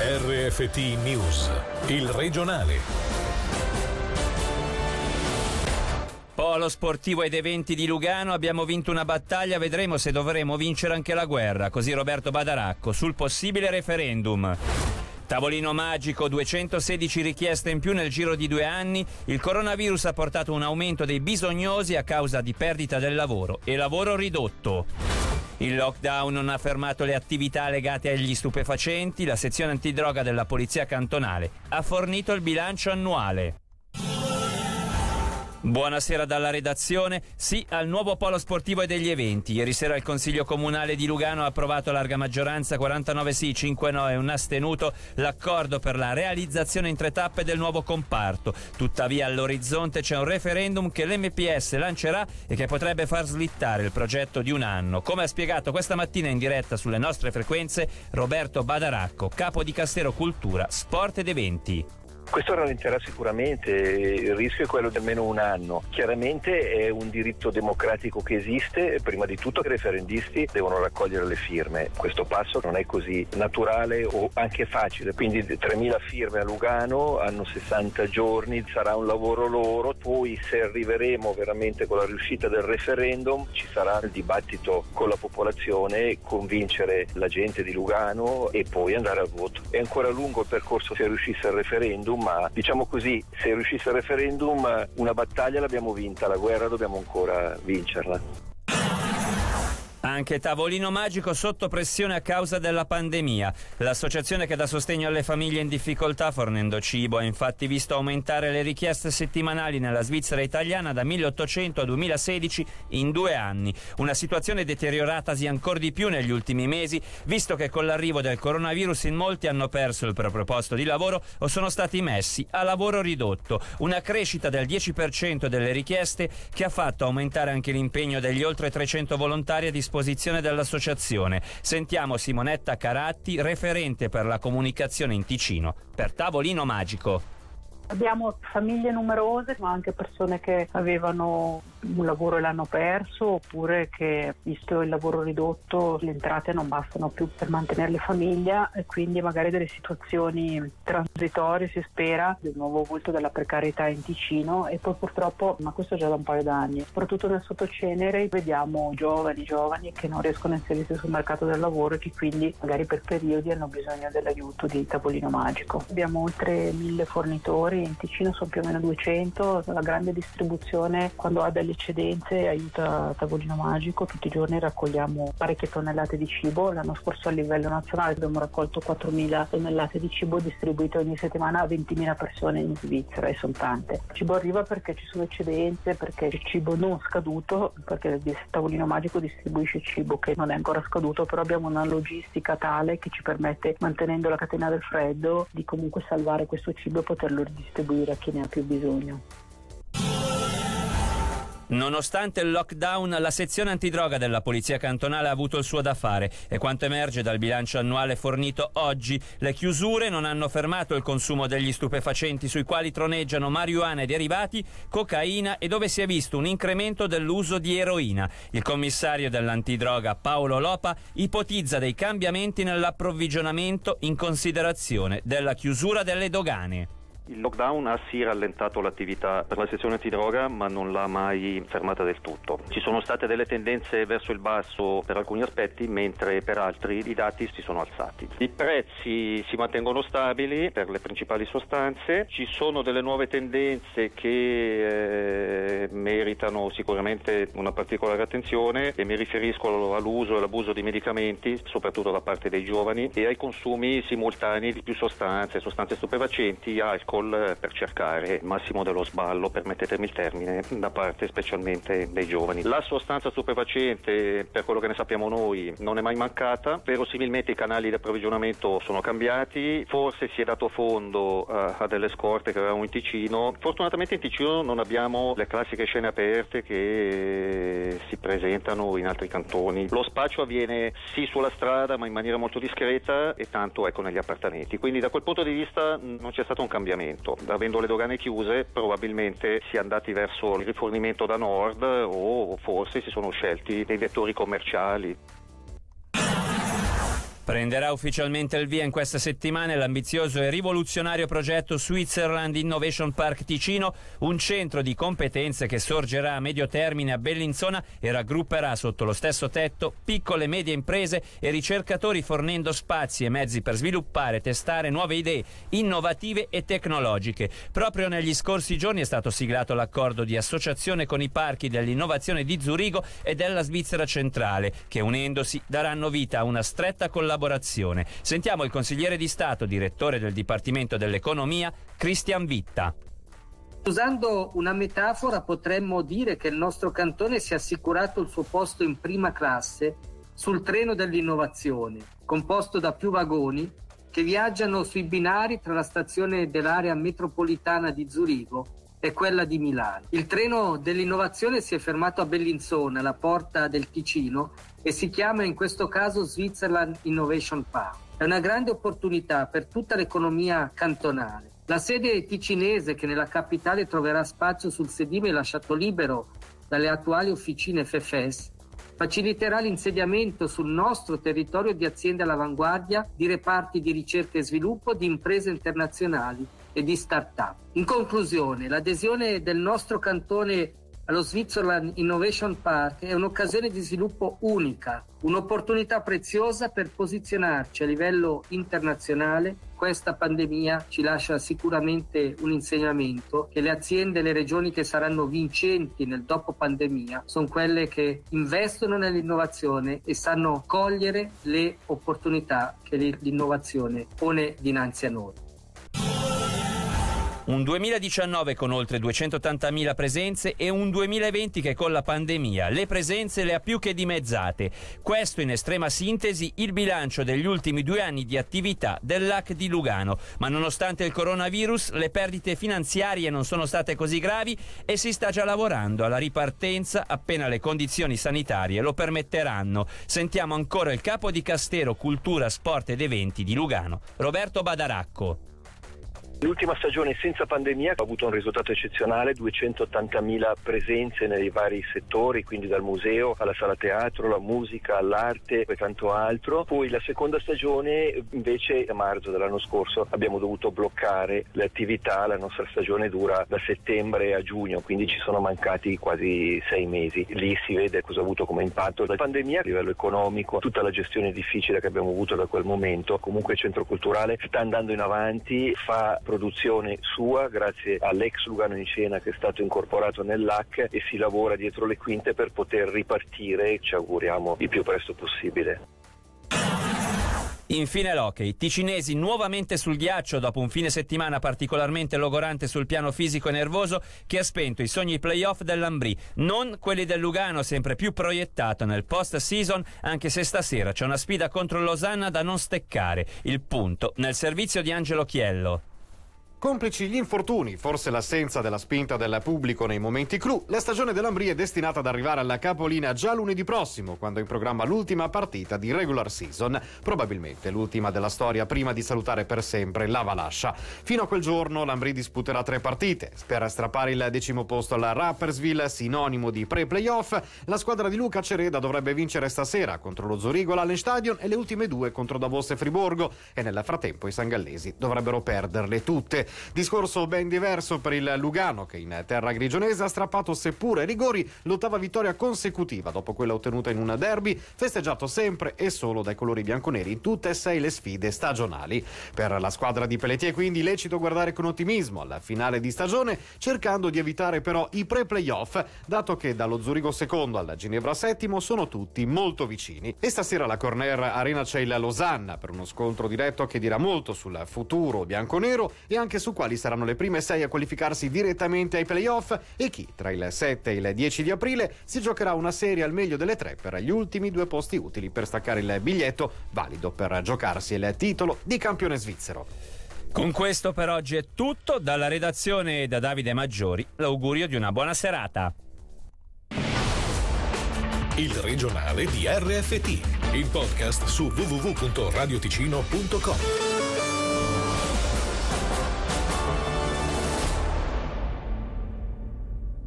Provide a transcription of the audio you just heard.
RFT News, il regionale. Polo sportivo ed eventi di Lugano, abbiamo vinto una battaglia, vedremo se dovremo vincere anche la guerra, così Roberto Badaracco sul possibile referendum. Tavolino magico, 216 richieste in più nel giro di 2 anni. Il coronavirus ha portato un aumento dei bisognosi a causa di perdita del lavoro e lavoro ridotto. Il lockdown non ha fermato le attività legate agli stupefacenti. La sezione antidroga della Polizia Cantonale ha fornito il bilancio annuale. Buonasera dalla redazione. Sì al nuovo polo sportivo e degli eventi. Ieri sera il Consiglio Comunale di Lugano ha approvato a larga maggioranza, 49 sì, 5 no e un astenuto, l'accordo per la realizzazione in 3 tappe del nuovo comparto. Tuttavia all'orizzonte c'è un referendum che l'MPS lancerà e che potrebbe far slittare il progetto di un anno. Come ha spiegato questa mattina in diretta sulle nostre frequenze Roberto Badaracco, capo di Castero Cultura, Sport ed Eventi. Questo rallenterà sicuramente, il rischio è quello di almeno un anno. Chiaramente è un diritto democratico che esiste, prima di tutto i referendisti devono raccogliere le firme. Questo passo non è così naturale o anche facile, quindi 3.000 firme a Lugano, hanno 60 giorni, sarà un lavoro loro, poi se arriveremo veramente con la riuscita del referendum ci sarà il dibattito con la popolazione, convincere la gente di Lugano e poi andare al voto. È ancora lungo il percorso se riuscisse il referendum, ma diciamo così, se riuscisse il referendum una battaglia l'abbiamo vinta, la guerra dobbiamo ancora vincerla. Anche Tavolino magico sotto pressione a causa della pandemia. L'associazione che dà sostegno alle famiglie in difficoltà fornendo cibo ha infatti visto aumentare le richieste settimanali nella Svizzera italiana da 1800 a 2016 in 2 anni. Una situazione deterioratasi ancora di più negli ultimi mesi, visto che con l'arrivo del coronavirus in molti hanno perso il proprio posto di lavoro o sono stati messi a lavoro ridotto. Una crescita del 10% delle richieste che ha fatto aumentare anche l'impegno degli oltre 300 volontari a disposizione dell'associazione. Sentiamo Simonetta Caratti, referente per la comunicazione in Ticino per Tavolino magico. Abbiamo famiglie numerose, ma anche persone che avevano un lavoro e l'hanno perso, oppure che, visto il lavoro ridotto, le entrate non bastano più per mantenere le famiglie e quindi magari delle situazioni transitorie, si spera, del nuovo volto della precarietà in Ticino. E poi purtroppo, ma questo già da un paio d'anni, soprattutto nel sottocenere vediamo giovani che non riescono a inserirsi sul mercato del lavoro e che quindi magari per periodi hanno bisogno dell'aiuto di Tavolino magico. Abbiamo oltre 1000 fornitori, in Ticino sono più o meno 200, la grande distribuzione quando ha delle eccedenze aiuta Tavolino magico. Tutti i giorni raccogliamo parecchie tonnellate di cibo. L'anno scorso a livello nazionale abbiamo raccolto 4.000 tonnellate di cibo distribuite ogni settimana a 20.000 persone in Svizzera, e sono tante. Il cibo arriva perché ci sono eccedenze, perché c'è cibo non scaduto, perché il Tavolino magico distribuisce cibo che non è ancora scaduto, però abbiamo una logistica tale che ci permette, mantenendo la catena del freddo, di comunque salvare questo cibo e poterlo distribuire a chi ne ha più bisogno. Nonostante il lockdown, la sezione antidroga della Polizia Cantonale ha avuto il suo da fare e quanto emerge dal bilancio annuale fornito oggi, le chiusure non hanno fermato il consumo degli stupefacenti sui quali troneggiano marijuana e derivati, cocaina e dove si è visto un incremento dell'uso di eroina. Il commissario dell'antidroga Paolo Lopa ipotizza dei cambiamenti nell'approvvigionamento in considerazione della chiusura delle dogane. Il lockdown ha sì rallentato l'attività per la sezione antidroga, ma non l'ha mai fermata del tutto. Ci sono state delle tendenze verso il basso per alcuni aspetti, mentre per altri i dati si sono alzati. I prezzi si mantengono stabili per le principali sostanze, ci sono delle nuove tendenze che meritano sicuramente una particolare attenzione e mi riferisco all'uso e all'abuso di medicamenti, soprattutto da parte dei giovani, e ai consumi simultanei di più sostanze stupefacenti, alcol, per cercare il massimo dello sballo, permettetemi il termine, da parte specialmente dei giovani. La sostanza stupefacente, per quello che ne sappiamo noi, non è mai mancata, verosimilmente i canali di approvvigionamento sono cambiati, forse si è dato fondo a delle scorte che avevamo in Ticino. Fortunatamente in Ticino non abbiamo le classiche scene aperte che si presentano in altri cantoni. Lo spaccio avviene sì sulla strada, ma in maniera molto discreta e tanto negli appartamenti, quindi da quel punto di vista non c'è stato un cambiamento. Avendo le dogane chiuse, probabilmente si è andati verso il rifornimento da nord o forse si sono scelti dei vettori commerciali. Prenderà ufficialmente il via in questa settimana l'ambizioso e rivoluzionario progetto Switzerland Innovation Park Ticino, un centro di competenze che sorgerà a medio termine a Bellinzona e raggrupperà sotto lo stesso tetto piccole e medie imprese e ricercatori, fornendo spazi e mezzi per sviluppare e testare nuove idee innovative e tecnologiche. Proprio negli scorsi giorni è stato siglato l'accordo di associazione con i parchi dell'innovazione di Zurigo e della Svizzera centrale, che unendosi daranno vita a una stretta collaborazione. Sentiamo il consigliere di Stato, direttore del Dipartimento dell'Economia, Christian Witta. Usando una metafora, potremmo dire che il nostro cantone si è assicurato il suo posto in prima classe sul treno dell'innovazione, composto da più vagoni che viaggiano sui binari tra la stazione dell'area metropolitana di Zurigo e quella di Milano. Il treno dell'innovazione si è fermato a Bellinzona, alla porta del Ticino, e si chiama in questo caso Switzerland Innovation Park. È una grande opportunità per tutta l'economia cantonale. La sede ticinese, che nella capitale troverà spazio sul sedime lasciato libero dalle attuali officine FEFES, faciliterà l'insediamento sul nostro territorio di aziende all'avanguardia, di reparti di ricerca e sviluppo, di imprese internazionali e di start-up. In conclusione, l'adesione del nostro cantone allo Switzerland Innovation Park è un'occasione di sviluppo unica, un'opportunità preziosa per posizionarci a livello internazionale. Questa pandemia ci lascia sicuramente un insegnamento: che le aziende e le regioni che saranno vincenti nel dopo pandemia sono quelle che investono nell'innovazione e sanno cogliere le opportunità che l'innovazione pone dinanzi a noi. Un 2019 con oltre 280.000 presenze e un 2020 che con la pandemia le presenze le ha più che dimezzate. Questo in estrema sintesi il bilancio degli ultimi 2 anni di attività del LAC di Lugano. Ma nonostante il coronavirus, le perdite finanziarie non sono state così gravi e si sta già lavorando alla ripartenza appena le condizioni sanitarie lo permetteranno. Sentiamo ancora il capo di Castero Cultura, Sport ed Eventi di Lugano, Roberto Badaracco. L'ultima stagione senza pandemia ha avuto un risultato eccezionale, 280.000 presenze nei vari settori, quindi dal museo alla sala teatro, la musica, all'arte e tanto altro. Poi la seconda stagione invece a marzo dell'anno scorso abbiamo dovuto bloccare le attività, la nostra stagione dura da settembre a giugno, quindi ci sono mancati quasi 6 mesi. Lì si vede cosa ha avuto come impatto la pandemia a livello economico, tutta la gestione difficile che abbiamo avuto da quel momento. Comunque il centro culturale sta andando in avanti, fa produzione sua grazie all'ex Lugano in Scena che è stato incorporato nell'HAC e si lavora dietro le quinte per poter ripartire, ci auguriamo il più presto possibile. Infine l'hockey. Ticinesi nuovamente sul ghiaccio dopo un fine settimana particolarmente logorante sul piano fisico e nervoso che ha spento i sogni playoff dell'Ambrì, non quelli del Lugano, sempre più proiettato nel post-season, anche se stasera c'è una sfida contro Losanna da non steccare. Il punto nel servizio di Angelo Chiello. Complici gli infortuni, forse l'assenza della spinta del pubblico nei momenti clou, la stagione dell'Ambrì è destinata ad arrivare alla capolina già lunedì prossimo, quando in programma l'ultima partita di regular season, probabilmente l'ultima della storia prima di salutare per sempre la Valascia. Fino a quel giorno l'Ambrì disputerà 3 partite. Per strappare il 10° posto alla Rapperswil, sinonimo di pre-playoff, la squadra di Luca Cereda dovrebbe vincere stasera contro lo Zurigo all'Allenstadion e le ultime 2 contro Davos e Friburgo, e nel frattempo i sangallesi dovrebbero perderle tutte. Discorso ben diverso per il Lugano, che in terra grigionese ha strappato, seppure ai rigori, l'8ª vittoria consecutiva dopo quella ottenuta in un derby, festeggiato sempre e solo dai colori bianconeri in tutte e 6 le sfide stagionali. Per la squadra di Pelletier quindi lecito guardare con ottimismo alla finale di stagione, cercando di evitare però i pre-playoff, dato che dallo Zurigo secondo al Ginevra settimo sono tutti molto vicini. E stasera alla Corner Arena c'è il Losanna per uno scontro diretto che dirà molto sul futuro bianconero e anche su quali saranno le prime 6 a qualificarsi direttamente ai playoff e chi tra il 7 e il 10 di aprile si giocherà una serie al meglio delle 3 per gli ultimi 2 posti utili per staccare il biglietto valido per giocarsi il titolo di campione svizzero. Con questo per oggi è tutto. Dalla redazione e da Davide Maggiori l'augurio di una buona serata. Il regionale di RFT, il podcast su www.radioticino.com.